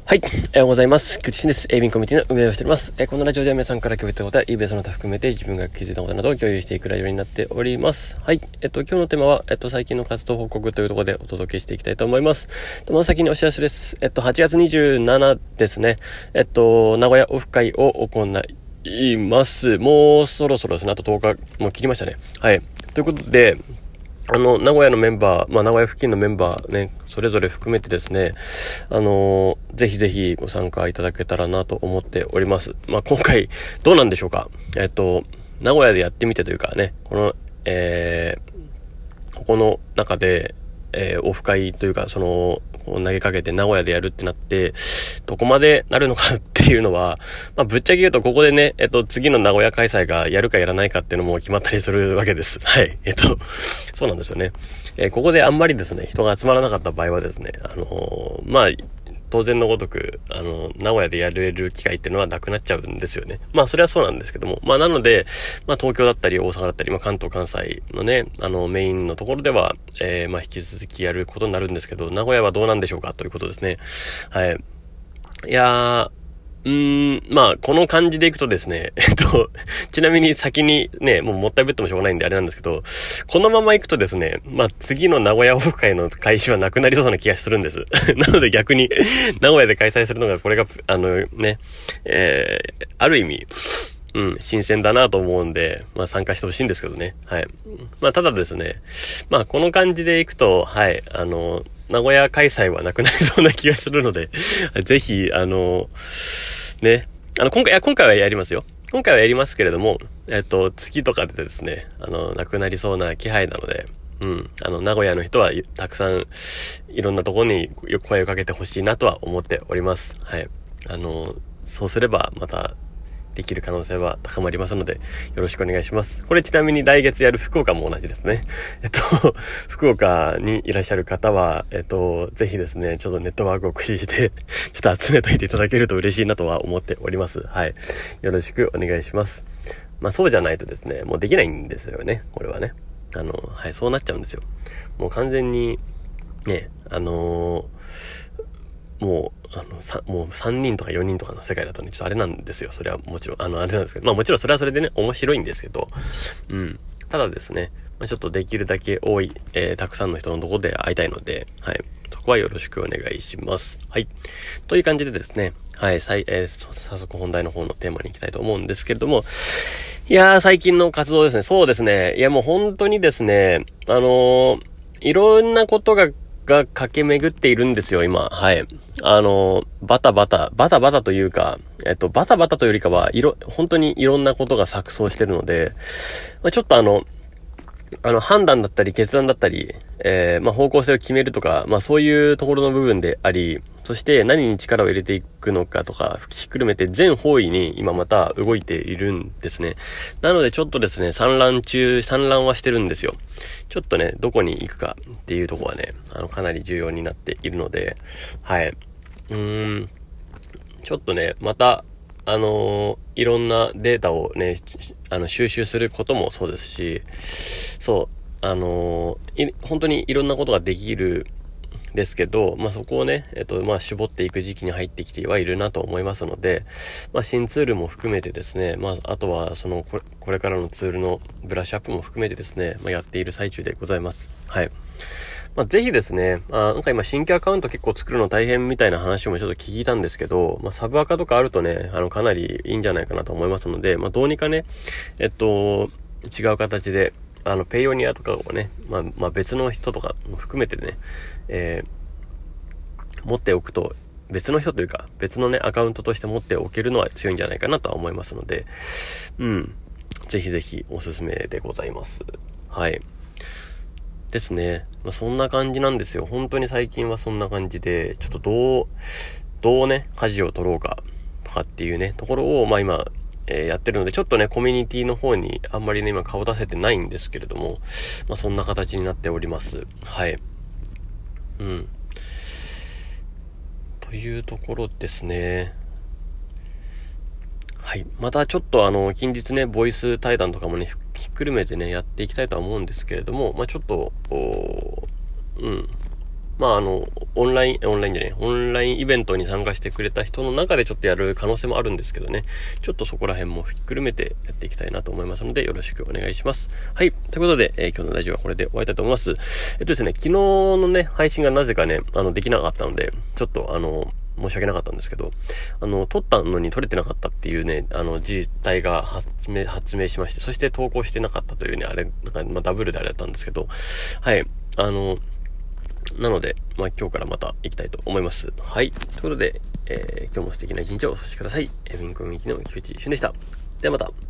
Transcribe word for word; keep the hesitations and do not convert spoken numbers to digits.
はい、おはようございます。くちしんです。エービンコミュニティの運営をしております。えー、このラジオでは皆さんから共有したことや eBay その他含めて自分が気づいたことなどを共有していくラジオになっております。はい、えっと、今日のテーマは、えっと、最近の活動報告というところでお届けしていきたいと思います。まず先にお知らせです。えっと、はちがつにじゅうしちにちですね。えっと、名古屋オフ会を行います。もうそろそろですね。あととおか、もう切りましたね。はい。ということで、あの、名古屋のメンバー、まあ、名古屋付近のメンバーね、それぞれ含めてですね、あのー、ぜひぜひご参加いただけたらなと思っております。まあ、今回、どうなんでしょうか。えっと、名古屋でやってみてというかね、この、えー、ここの中で、えー、オフ会というか、その、こう投げかけて名古屋でやるってなって、どこまでなるのかっていうのは、まあ、ぶっちゃけ言うとここでね、えっと、次の名古屋開催がやるかやらないかっていうのも決まったりするわけです。はい。えっと、そうなんですよね。えー、ここであんまりですね、人が集まらなかった場合はですね、あのー、まあ、当然のごとく、あの、名古屋でやれる機会っていうのはなくなっちゃうんですよね。まあ、それはそうなんですけども。まあ、なので、まあ、東京だったり大阪だったり、まあ、関東関西のね、あの、メインのところでは、えー、まあ、引き続きやることになるんですけど、名古屋はどうなんでしょうかということですね。はい。いやー、うーん、まあ、この感じでいくとですね、えっと、ちなみに先にね、もうもったいぶってもしょうがないんであれなんですけど、このままいくとですね、まあ、次の名古屋オフ会の開始はなくなりそうな気がするんです。なので逆に、名古屋で開催するのが、これが、あのね、えー、ある意味、うん、新鮮だなと思うんで、まあ参加してほしいんですけどね。はい。まあただですね、まあこの感じでいくと、はい、あの、名古屋開催はなくなりそうな気がするので、ぜひ、あの、ね、あの、今回、いや、今回はやりますよ。今回はやりますけれども、えっと、月とかでですね、あの、なくなりそうな気配なので、うん、あの、名古屋の人はたくさん、いろんなところに声をかけてほしいなとは思っております。はい。あの、そうすれば、また、できる可能性は高まりますので、よろしくお願いします。これちなみに来月やる福岡も同じですね。えっと、福岡にいらっしゃる方は、えっと、ぜひですね、ちょっとネットワークを駆使して、ちょっと集めといていただけると嬉しいなとは思っております。はい。よろしくお願いします。まあそうじゃないとですね、もうできないんですよね、これはね。あの、はい、そうなっちゃうんですよ。もう完全に、ね、あのー、もう、あの、さ、もうさんにんとかよにんとかの世界だとね、ちょっとあれなんですよ。それはもちろん、あの、あれなんですけど、まあもちろんそれはそれでね、面白いんですけど、うん。ただですね、まあ、ちょっとできるだけ多い、えー、たくさんの人のところで会いたいので、はい。そこはよろしくお願いします。はい。という感じでですね、はい、さい、えー、早速本題の方のテーマに行きたいと思うんですけれども、いやー、最近の活動ですね。そうですね。いや、もう本当にですね、あのー、いろんなことがが駆け巡っているんですよ、今。はい。あの、バタバタ、バタバタというか、えっと、バタバタというよりかは、いろ、本当にいろんなことが錯綜してるので、まあ、ちょっとあの、あの、判断だったり、決断だったり、えー、まあ、方向性を決めるとか、まあ、そういうところの部分であり、そして何に力を入れていくのかとか、ひっくるめて全方位に今また動いているんですね。なのでちょっとですね、産卵中、産卵はしてるんですよ。ちょっとね、どこに行くかっていうところはね、あの、かなり重要になっているので、はい。うーん、ちょっとね、また、あのー、いろんなデータをね、あの、収集することもそうですし、そう、あのー、本当にいろんなことができるですけど、まあ、そこをね、えっと、まあ、絞っていく時期に入ってきてはいるなと思いますので、まあ、新ツールも含めてですね、まあ、あとは、そのこれ、これからのツールのブラッシュアップも含めてですね、まあ、やっている最中でございます。はい。まあ、ぜひですね、あ、なんか今新規アカウント結構作るの大変みたいな話もちょっと聞いたんですけど、まあ、サブアカとかあるとね、あの、かなりいいんじゃないかなと思いますので、まあ、どうにかね、えっと、違う形で、あの、ペイオニアとかをね、まあ、まあ、別の人とかも含めてね、えー、持っておくと、別の人というか、別のね、アカウントとして持っておけるのは強いんじゃないかなとは思いますので、うん。ぜひぜひおすすめでございます。はい。ですね。まあ、そんな感じなんですよ。本当に最近はそんな感じで、ちょっとどう、どうね、舵を取ろうか、とかっていうね、ところを、まあ今、えー、やってるので、ちょっとね、コミュニティの方にあんまりね、今顔出せてないんですけれども、まあそんな形になっております。はい。うん。というところですね。はい。またちょっとあの、近日ね、ボイス対談とかもね、ひっくるめてね、やっていきたいとは思うんですけれども、まあちょっと、うん。 まああの、オンライン、オンラインじゃね、オンラインイベントに参加してくれた人の中でちょっとやる可能性もあるんですけどね、ちょっとそこら辺もひっくるめてやっていきたいなと思いますので、よろしくお願いします。はい。ということで、えー、今日のラジオはこれで終わりたいと思います。えっとですね、昨日のね、配信がなぜかね、あの、できなかったので、ちょっとあの、申し訳なかったんですけど、あの、撮ったのに撮れてなかったっていうね、あの、実態が発明、発明しまして、そして投稿してなかったというね、あれ、なんか、まあ、ダブルであれだったんですけど、はい。あの、なので、まあ、今日からまた行きたいと思います。はい。ということで、えー、今日も素敵な一日をお過ごしください。エビンコミュニティの菊池俊でした。ではまた。